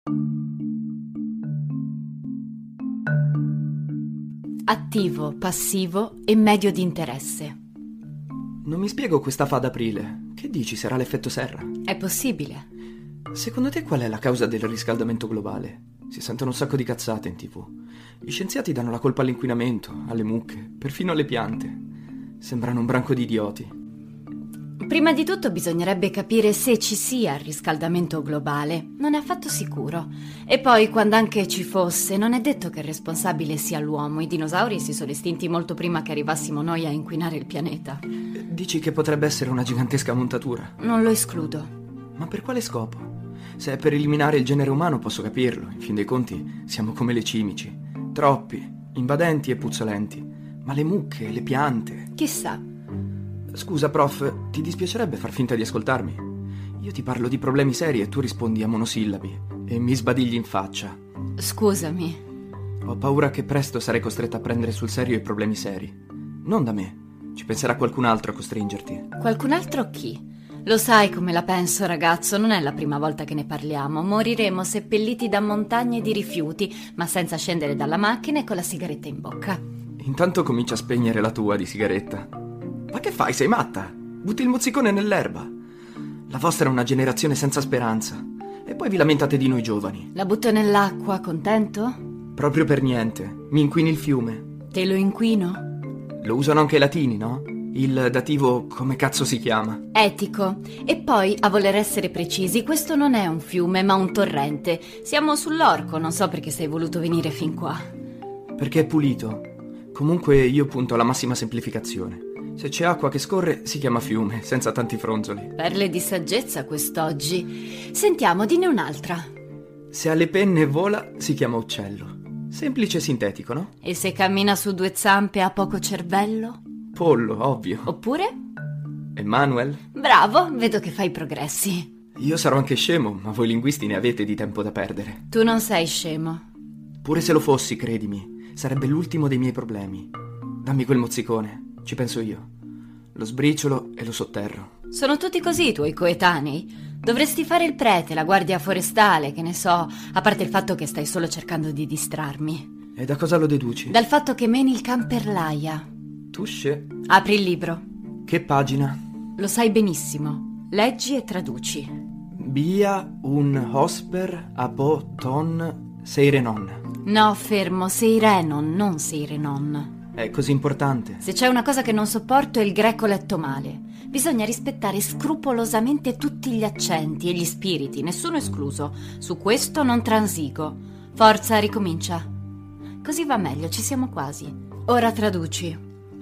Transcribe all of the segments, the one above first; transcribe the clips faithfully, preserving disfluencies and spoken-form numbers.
Attivo, passivo e medio di interesse. Non mi spiego questa fa d'aprile. Che dici, sarà l'effetto serra? È possibile. Secondo te qual è la causa del riscaldamento globale? Si sentono un sacco di cazzate in tivù. Gli scienziati danno la colpa all'inquinamento, alle mucche, perfino alle piante. Sembrano un branco di idioti. Prima di tutto bisognerebbe capire se ci sia il riscaldamento globale. Non è affatto sicuro. E poi, quando anche ci fosse, non è detto che il responsabile sia l'uomo. I dinosauri si sono estinti molto prima che arrivassimo noi a inquinare il pianeta. Dici che potrebbe essere una gigantesca montatura? Non lo escludo. Ma per quale scopo? Se è per eliminare il genere umano posso capirlo. In fin dei conti siamo come le cimici. Troppi, invadenti e puzzolenti. Ma le mucche, le piante... Chissà. Scusa, prof, ti dispiacerebbe far finta di ascoltarmi? Io ti parlo di problemi seri e tu rispondi a monosillabi e mi sbadigli in faccia. Scusami. Ho paura che presto sarei costretta a prendere sul serio i problemi seri. Non da me. Ci penserà qualcun altro a costringerti. Qualcun altro chi? Lo sai come la penso, ragazzo, non è la prima volta che ne parliamo. Moriremo seppelliti da montagne di rifiuti, ma senza scendere dalla macchina e con la sigaretta in bocca. Intanto comincia a spegnere la tua di sigaretta. Ma che fai? Sei matta? Butti il mozzicone nell'erba. La vostra è una generazione senza speranza. E poi vi lamentate di noi giovani. La butto nell'acqua, contento? Proprio per niente. Mi inquini il fiume. Te lo inquino? Lo usano anche i latini, no? Il dativo come cazzo si chiama? Etico. E poi, a voler essere precisi, questo non è un fiume, ma un torrente. Siamo sull'Orco, non so perché sei voluto venire fin qua. Perché è pulito. Comunque io punto alla massima semplificazione. Se c'è acqua che scorre si chiama fiume, senza tanti fronzoli. Perle di saggezza quest'oggi. Sentiamo, dinne un'altra. Se ha le penne e vola si chiama uccello. Semplice e sintetico, no? E se cammina su due zampe e ha poco cervello? Pollo, ovvio. Oppure? Emanuel? Bravo, vedo che fai progressi. Io sarò anche scemo, ma voi linguisti ne avete di tempo da perdere. Tu non sei scemo. Pure se lo fossi, credimi, sarebbe l'ultimo dei miei problemi. Dammi quel mozzicone. Ci penso io. Lo sbriciolo e lo sotterro. Sono tutti così i tuoi coetanei? Dovresti fare il prete, la guardia forestale, che ne so, a parte il fatto che stai solo cercando di distrarmi. E da cosa lo deduci? Dal fatto che meni il camperlaia. Tusce? Apri il libro. Che pagina? Lo sai benissimo. Leggi e traduci. Bia un hosper apo ton seirenon. No, fermo, seirenon, non seirenon. È così importante. Se c'è una cosa che non sopporto è il greco letto male. Bisogna rispettare scrupolosamente tutti gli accenti e gli spiriti, nessuno escluso. Su questo non transigo. Forza, ricomincia. Così va meglio, ci siamo quasi. Ora traduci.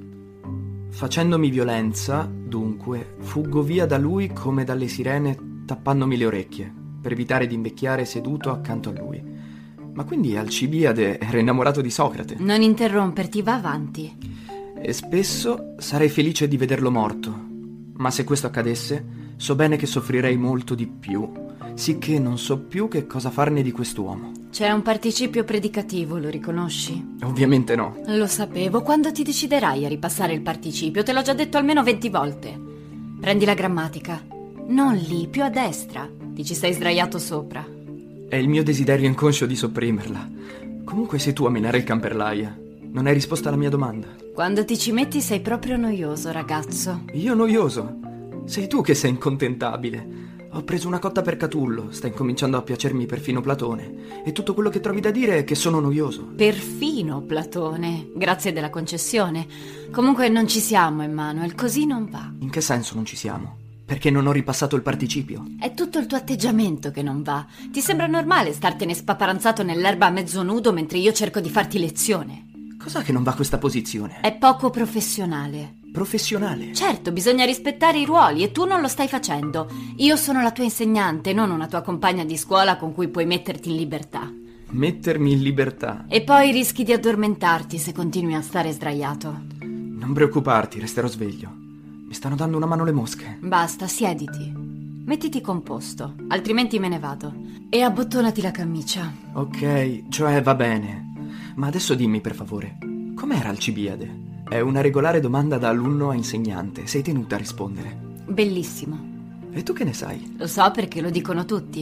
Facendomi violenza, dunque, fuggo via da lui come dalle sirene, tappandomi le orecchie, per evitare di invecchiare seduto accanto a lui. Ma quindi Alcibiade era innamorato di Socrate? Non interromperti, va avanti. E spesso sarei felice di vederlo morto. Ma se questo accadesse, so bene che soffrirei molto di più, sicché non so più che cosa farne di quest'uomo. C'è un participio predicativo, lo riconosci? Ovviamente no. Lo sapevo. Quando ti deciderai a ripassare il participio? Te l'ho già detto almeno venti volte. Prendi la grammatica. Non lì, più a destra. Ti ci sei sdraiato sopra. È il mio desiderio inconscio di sopprimerla. Comunque sei tu a menare il camperlaia. Non hai risposto alla mia domanda. Quando ti ci metti sei proprio noioso, ragazzo. Io noioso? Sei tu che sei incontentabile. Ho preso una cotta per Catullo, sta incominciando a piacermi perfino Platone. E tutto quello che trovi da dire è che sono noioso. Perfino Platone, grazie della concessione. Comunque non ci siamo, Emanuel, così non va. In che senso non ci siamo? Perché non ho ripassato il participio? È tutto il tuo atteggiamento che non va. Ti sembra normale startene spaparanzato nell'erba a mezzo nudo mentre io cerco di farti lezione? Cos'ha che non va questa posizione? È poco professionale. Professionale? Certo, bisogna rispettare i ruoli e tu non lo stai facendo. Io sono la tua insegnante, non una tua compagna di scuola con cui puoi metterti in libertà. Mettermi in libertà? E poi rischi di addormentarti se continui a stare sdraiato. Non preoccuparti, resterò sveglio. Mi stanno dando una mano le mosche. Basta, siediti. Mettiti composto, altrimenti me ne vado. E abbottonati la camicia. Ok, cioè va bene. Ma adesso dimmi, per favore, com'era Alcibiade? È una regolare domanda da alunno a insegnante. Sei tenuta a rispondere. Bellissimo. E tu che ne sai? Lo so perché lo dicono tutti.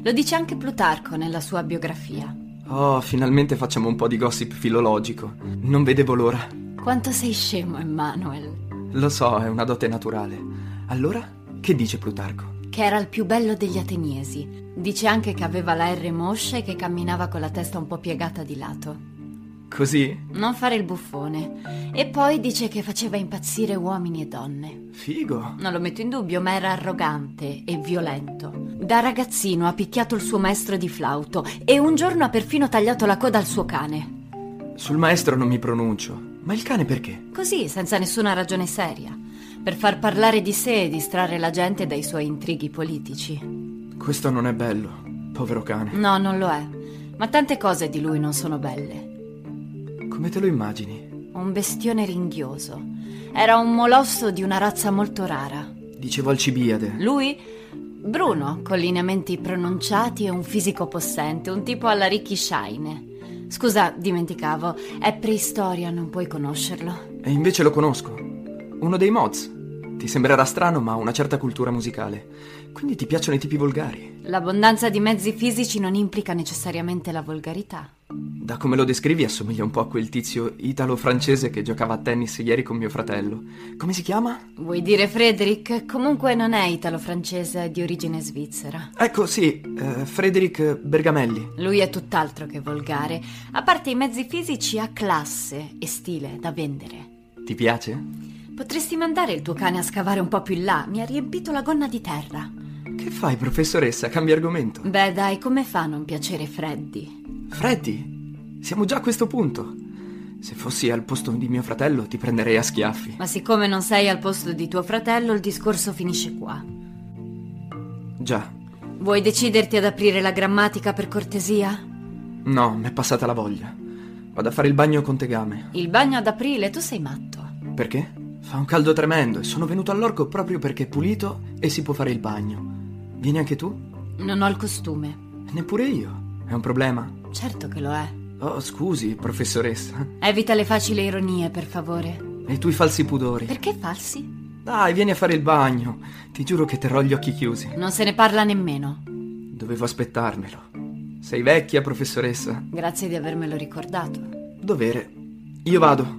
Lo dice anche Plutarco nella sua biografia. Oh, finalmente facciamo un po' di gossip filologico. Non vedevo l'ora. Quanto sei scemo, Emanuel. Lo so, è una dote naturale. Allora, che dice Plutarco? Che era il più bello degli ateniesi. Dice anche che aveva la R moscia e che camminava con la testa un po' piegata di lato. Così? Non fare il buffone. E poi dice che faceva impazzire uomini e donne. Figo. Non lo metto in dubbio, ma era arrogante e violento. Da ragazzino ha picchiato il suo maestro di flauto e un giorno ha perfino tagliato la coda al suo cane. Sul maestro non mi pronuncio. Ma il cane perché? Così, senza nessuna ragione seria. Per far parlare di sé e distrarre la gente dai suoi intrighi politici. Questo non è bello, povero cane. No, non lo è. Ma tante cose di lui non sono belle. Come te lo immagini? Un bestione ringhioso. Era un molosso di una razza molto rara. Dicevo Alcibiade. Lui, bruno, con lineamenti pronunciati e un fisico possente, un tipo alla Ricky Shine. Scusa, dimenticavo, è preistoria, non puoi conoscerlo. E invece lo conosco. Uno dei mods. Ti sembrerà strano, ma ha una certa cultura musicale. Quindi ti piacciono i tipi volgari? L'abbondanza di mezzi fisici non implica necessariamente la volgarità. Da come lo descrivi assomiglia un po' a quel tizio italo-francese che giocava a tennis ieri con mio fratello. Come si chiama? Vuoi dire Frederick? Comunque non è italo-francese, è di origine svizzera. Ecco, sì, eh, Frederick Bergamelli. Lui è tutt'altro che volgare. A parte i mezzi fisici, ha classe e stile da vendere. Ti piace? Potresti mandare il tuo cane a scavare un po' più in là. Mi ha riempito la gonna di terra. Che fai, professoressa? Cambia argomento. Beh, dai, come fa a non piacere Freddy? Freddy? Siamo già a questo punto. Se fossi al posto di mio fratello ti prenderei a schiaffi. Ma siccome non sei al posto di tuo fratello, il discorso finisce qua. Già. Vuoi deciderti ad aprire la grammatica per cortesia? No, m'è passata la voglia. Vado a fare il bagno con tegame. Il bagno ad aprile? Tu sei matto. Perché? Fa un caldo tremendo e sono venuto all'orco proprio perché è pulito e si può fare il bagno. Vieni anche tu? Non ho il costume. Neppure io. È un problema? Certo che lo è. Oh, scusi, professoressa. Evita le facili ironie, per favore. E i tuoi falsi pudori. Perché falsi? Dai, vieni a fare il bagno. Ti giuro che terrò gli occhi chiusi. Non se ne parla nemmeno. Dovevo aspettarmelo. Sei vecchia, professoressa. Grazie di avermelo ricordato. Dovere. Io vado.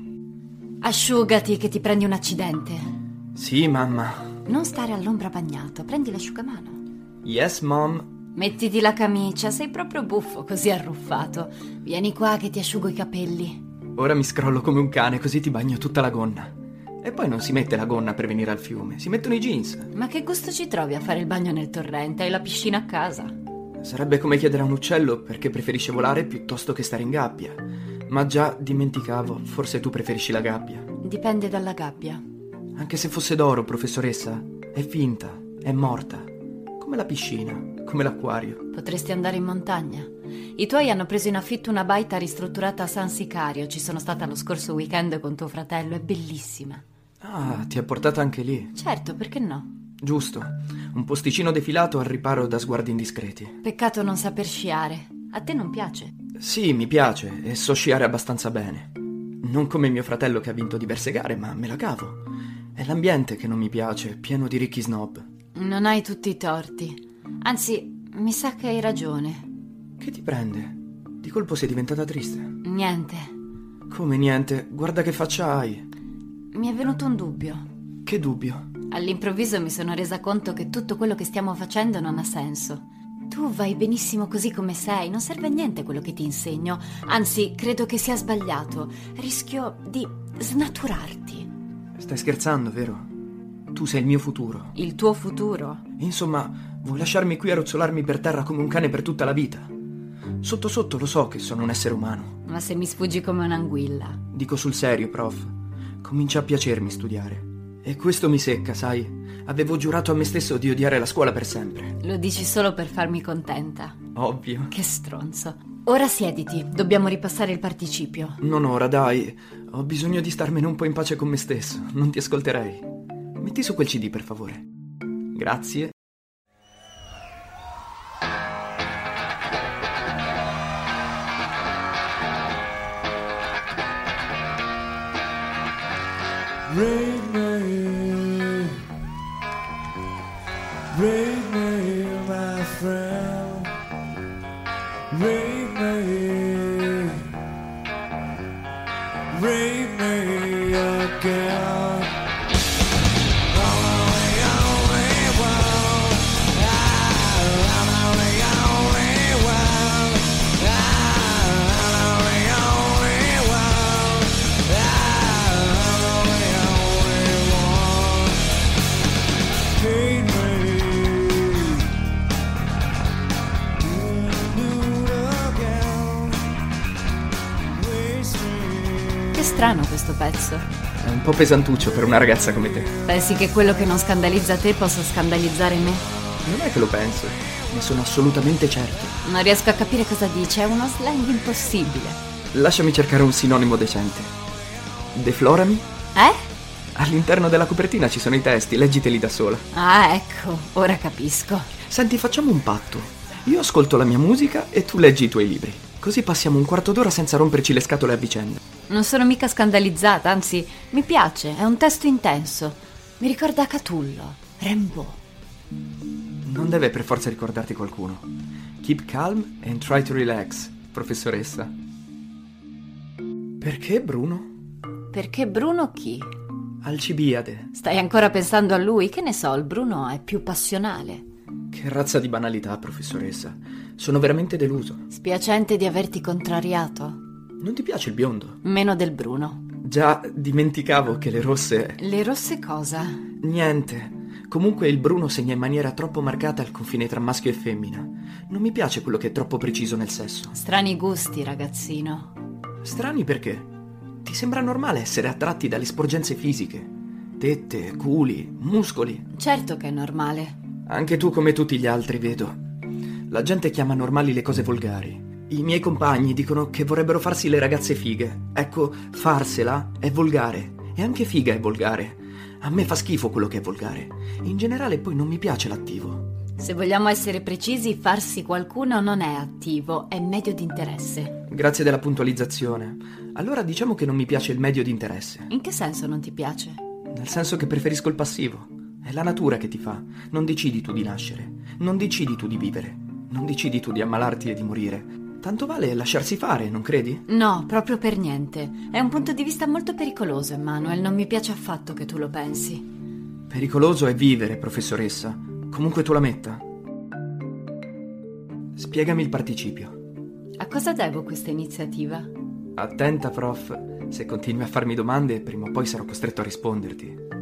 Asciugati che ti prendi un accidente. Sì, mamma. Non stare all'ombra bagnato, prendi l'asciugamano. Yes, mom. Mettiti la camicia, sei proprio buffo, così arruffato. Vieni qua che ti asciugo i capelli. Ora mi scrollo come un cane, così ti bagno tutta la gonna. E poi non si mette la gonna per venire al fiume, si mettono i jeans. Ma che gusto ci trovi a fare il bagno nel torrente? Hai la piscina a casa. Sarebbe come chiedere a un uccello perché preferisce volare piuttosto che stare in gabbia. Ma già dimenticavo, forse tu preferisci la gabbia. Dipende dalla gabbia. Anche se fosse d'oro, professoressa, è finta, è morta. Come la piscina, come l'acquario. Potresti andare in montagna. I tuoi hanno preso in affitto una baita ristrutturata a San Sicario. Ci sono stata lo scorso weekend con tuo fratello, è bellissima. Ah, ti ha portata anche lì? Certo, perché no? Giusto, un posticino defilato al riparo da sguardi indiscreti. Peccato non saper sciare. A te non piace? Sì, mi piace e so sciare abbastanza bene. Non come mio fratello che ha vinto diverse gare, ma me la cavo. È l'ambiente che non mi piace, pieno di ricchi snob. Non hai tutti i torti. Anzi, mi sa che hai ragione. Che ti prende? Di colpo sei diventata triste? Niente. Come niente? Guarda che faccia hai. Mi è venuto un dubbio. Che dubbio? All'improvviso mi sono resa conto che tutto quello che stiamo facendo non ha senso. Tu vai benissimo così come sei, non serve a niente quello che ti insegno. Anzi, credo che sia sbagliato. Rischio di snaturarti. Stai scherzando, vero? Tu sei il mio futuro. Il tuo futuro? Insomma, vuoi lasciarmi qui a rozzolarmi per terra come un cane per tutta la vita? Sotto sotto lo so che sono un essere umano. Ma se mi sfuggi come un'anguilla? Dico sul serio, prof. Comincia a piacermi studiare. E questo mi secca, sai? Avevo giurato a me stesso di odiare la scuola per sempre. Lo dici solo per farmi contenta. Ovvio. Che stronzo. Ora siediti, dobbiamo ripassare il participio. Non ora, dai. Ho bisogno di starmene un po' in pace con me stesso. Non ti ascolterei. Metti su quel C D, per favore. Grazie. Break me, break me, my friend. Rape me, rape me again. Strano questo pezzo. È un po' pesantuccio per una ragazza come te. Pensi che quello che non scandalizza te possa scandalizzare me? Non è che lo penso, ne sono assolutamente certo. Non riesco a capire cosa dice, è uno slang impossibile. Lasciami cercare un sinonimo decente. Deflorami? Eh? All'interno della copertina ci sono i testi, leggiteli da sola. Ah, ecco, ora capisco. Senti, facciamo un patto. Io ascolto la mia musica e tu leggi i tuoi libri. Così passiamo un quarto d'ora senza romperci le scatole a vicenda. Non sono mica scandalizzata, anzi, mi piace, è un testo intenso. Mi ricorda Catullo, Rimbaud. Non deve per forza ricordarti qualcuno. Keep calm and try to relax, professoressa. Perché Bruno? Perché Bruno chi? Alcibiade. Stai ancora pensando a lui? Che ne so, il Bruno è più passionale. Che razza di banalità, professoressa. Sono veramente deluso. Spiacente di averti contrariato. Non ti piace il biondo? Meno del Bruno. Già, dimenticavo che le rosse... Le rosse cosa? Niente. Comunque il Bruno segna in maniera troppo marcata il confine tra maschio e femmina. Non mi piace quello che è troppo preciso nel sesso. Strani gusti, ragazzino. Strani perché? Ti sembra normale essere attratti dalle sporgenze fisiche? Tette, culi, muscoli. Certo che è normale. Anche tu come tutti gli altri, vedo. La gente chiama normali le cose volgari. I miei compagni dicono che vorrebbero farsi le ragazze fighe. Ecco, farsela è volgare. E anche figa è volgare. A me fa schifo quello che è volgare. In generale poi non mi piace l'attivo. Se vogliamo essere precisi, farsi qualcuno non è attivo, è medio di interesse. Grazie della puntualizzazione. Allora diciamo che non mi piace il medio di interesse. In che senso non ti piace? Nel senso che preferisco il passivo. È la natura che ti fa. Non decidi tu di nascere. Non decidi tu di vivere. Non decidi tu di ammalarti e di morire. Tanto vale lasciarsi fare, non credi? No, proprio per niente. È un punto di vista molto pericoloso, Emanuel. Non mi piace affatto che tu lo pensi. Pericoloso è vivere, professoressa. Comunque tu la metta. Spiegami il participio. A cosa devo questa iniziativa? Attenta, prof. Se continui a farmi domande, prima o poi sarò costretto a risponderti.